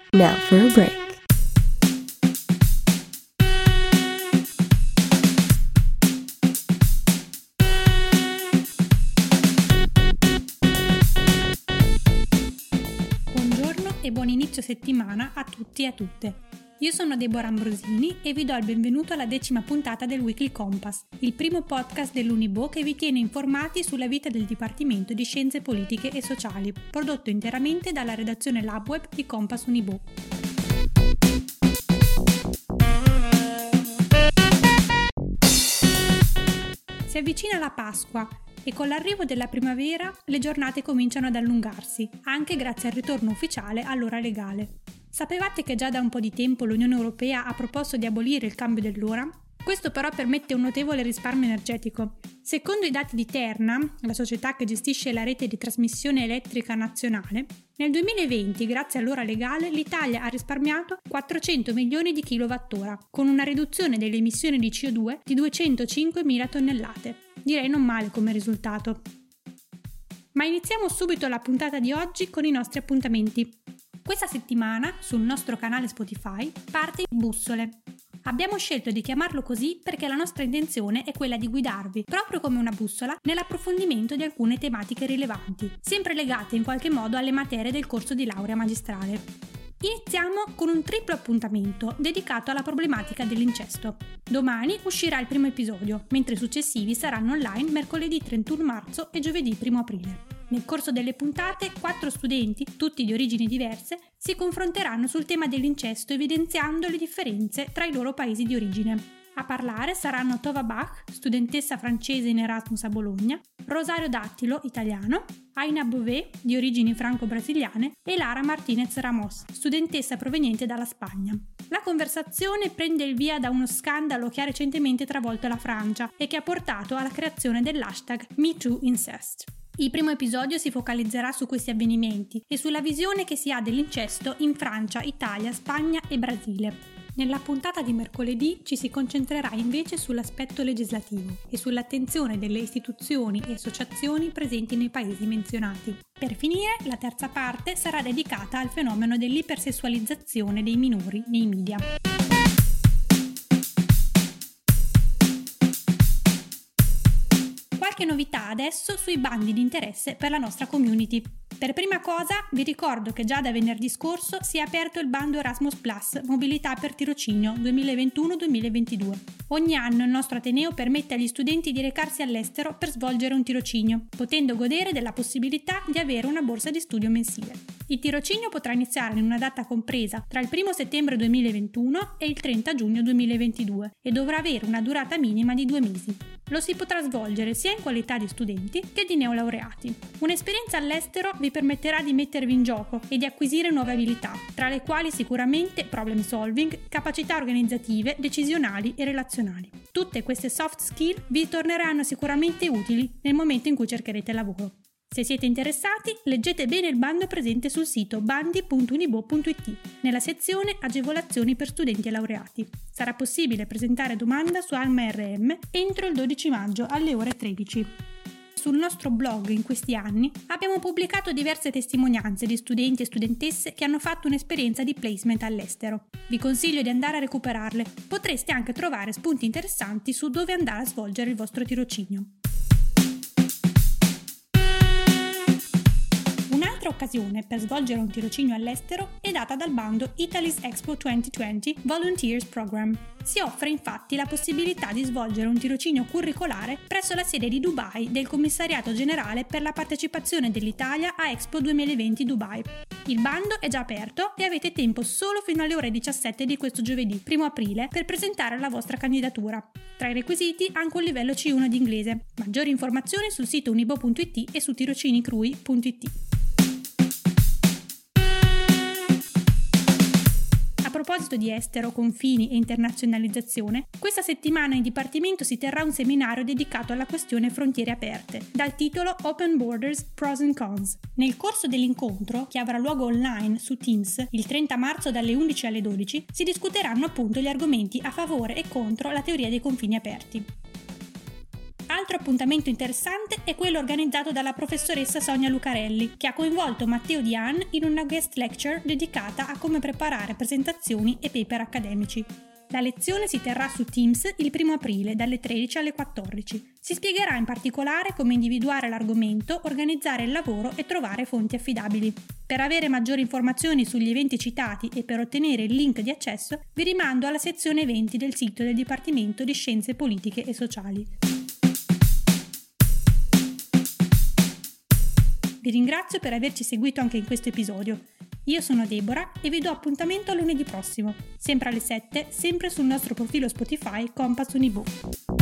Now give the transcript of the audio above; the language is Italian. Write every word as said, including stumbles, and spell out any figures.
Now for a break. Buongiorno e buon inizio settimana a tutti e a tutte. Io sono Deborah Ambrosini e vi do il benvenuto alla decima puntata del Weekly Compass, il primo podcast dell'Unibo che vi tiene informati sulla vita del Dipartimento di Scienze Politiche e Sociali, prodotto interamente dalla redazione LabWeb di Compass Unibo. Si avvicina la Pasqua e con l'arrivo della primavera le giornate cominciano ad allungarsi, anche grazie al ritorno ufficiale all'ora legale. Sapevate che già da un po' di tempo l'Unione Europea ha proposto di abolire il cambio dell'ora? Questo però permette un notevole risparmio energetico. Secondo i dati di Terna, la società che gestisce la rete di trasmissione elettrica nazionale, nel duemilaventi, grazie all'ora legale, l'Italia ha risparmiato quattrocento milioni di kilowattora, con una riduzione delle emissioni di C O due di duecentocinquemila tonnellate. Direi non male come risultato. Ma iniziamo subito la puntata di oggi con i nostri appuntamenti. Questa settimana, sul nostro canale Spotify, parte Bussole. Abbiamo scelto di chiamarlo così perché la nostra intenzione è quella di guidarvi, proprio come una bussola, nell'approfondimento di alcune tematiche rilevanti, sempre legate in qualche modo alle materie del corso di laurea magistrale. Iniziamo con un triplo appuntamento dedicato alla problematica dell'incesto. Domani uscirà il primo episodio, mentre i successivi saranno online mercoledì trentuno marzo e giovedì primo aprile. Nel corso delle puntate, quattro studenti, tutti di origini diverse, si confronteranno sul tema dell'incesto evidenziando le differenze tra i loro paesi di origine. A parlare saranno Tova Bach, studentessa francese in Erasmus a Bologna, Rosario Dattilo, italiano, Aina Bové, di origini franco-brasiliane, e Lara Martinez Ramos, studentessa proveniente dalla Spagna. La conversazione prende il via da uno scandalo che ha recentemente travolto la Francia e che ha portato alla creazione dell'hashtag MeTooIncest. Il primo episodio si focalizzerà su questi avvenimenti e sulla visione che si ha dell'incesto in Francia, Italia, Spagna e Brasile. Nella puntata di mercoledì ci si concentrerà invece sull'aspetto legislativo e sull'attenzione delle istituzioni e associazioni presenti nei paesi menzionati. Per finire, la terza parte sarà dedicata al fenomeno dell'ipersessualizzazione dei minori nei media. Qualche novità adesso sui bandi di interesse per la nostra community. Per prima cosa vi ricordo che già da venerdì scorso si è aperto il bando Erasmus Plus Mobilità per Tirocinio duemilaventuno duemilaventidue. Ogni anno il nostro Ateneo permette agli studenti di recarsi all'estero per svolgere un tirocinio, potendo godere della possibilità di avere una borsa di studio mensile. Il tirocinio potrà iniziare in una data compresa tra il primo settembre duemilaventuno e il trenta giugno duemilaventidue e dovrà avere una durata minima di due mesi. Lo si potrà svolgere sia in qualità di studenti che di neolaureati. Un'esperienza all'estero vi permetterà di mettervi in gioco e di acquisire nuove abilità, tra le quali sicuramente problem solving, capacità organizzative, decisionali e relazionali. Tutte queste soft skill vi torneranno sicuramente utili nel momento in cui cercherete lavoro. Se siete interessati, leggete bene il bando presente sul sito bandi punto unibo punto it nella sezione Agevolazioni per studenti e laureati. Sarà possibile presentare domanda su Alma R M entro il dodici maggio alle ore tredici. Sul nostro blog in questi anni abbiamo pubblicato diverse testimonianze di studenti e studentesse che hanno fatto un'esperienza di placement all'estero. Vi consiglio di andare a recuperarle. Potreste anche trovare spunti interessanti su dove andare a svolgere il vostro tirocinio. Un'altra occasione per svolgere un tirocinio all'estero è data dal bando Italy's Expo duemilaventi Volunteers Program. Si offre infatti la possibilità di svolgere un tirocinio curricolare presso la sede di Dubai del Commissariato Generale per la partecipazione dell'Italia a Expo duemilaventi Dubai. Il bando è già aperto e avete tempo solo fino alle ore diciassette di questo giovedì, primo aprile, per presentare la vostra candidatura. Tra i requisiti anche un livello C uno di inglese. Maggiori informazioni sul sito unibo punto it e su tirocinicrui punto it. A proposito di estero, confini e internazionalizzazione, questa settimana in Dipartimento si terrà un seminario dedicato alla questione frontiere aperte, dal titolo Open Borders Pros and Cons. Nel corso dell'incontro, che avrà luogo online su Teams il trenta marzo dalle undici alle dodici, si discuteranno appunto gli argomenti a favore e contro la teoria dei confini aperti. Altro appuntamento interessante è quello organizzato dalla professoressa Sonia Lucarelli, che ha coinvolto Matteo Dian in una guest lecture dedicata a come preparare presentazioni e paper accademici. La lezione si terrà su Teams il primo aprile dalle tredici alle quattordici. Si spiegherà in particolare come individuare l'argomento, organizzare il lavoro e trovare fonti affidabili. Per avere maggiori informazioni sugli eventi citati e per ottenere il link di accesso, vi rimando alla sezione eventi del sito del Dipartimento di Scienze Politiche e Sociali. Vi ringrazio per averci seguito anche in questo episodio. Io sono Deborah e vi do appuntamento a lunedì prossimo, sempre alle sette, sempre sul nostro profilo Spotify Compass Unibo.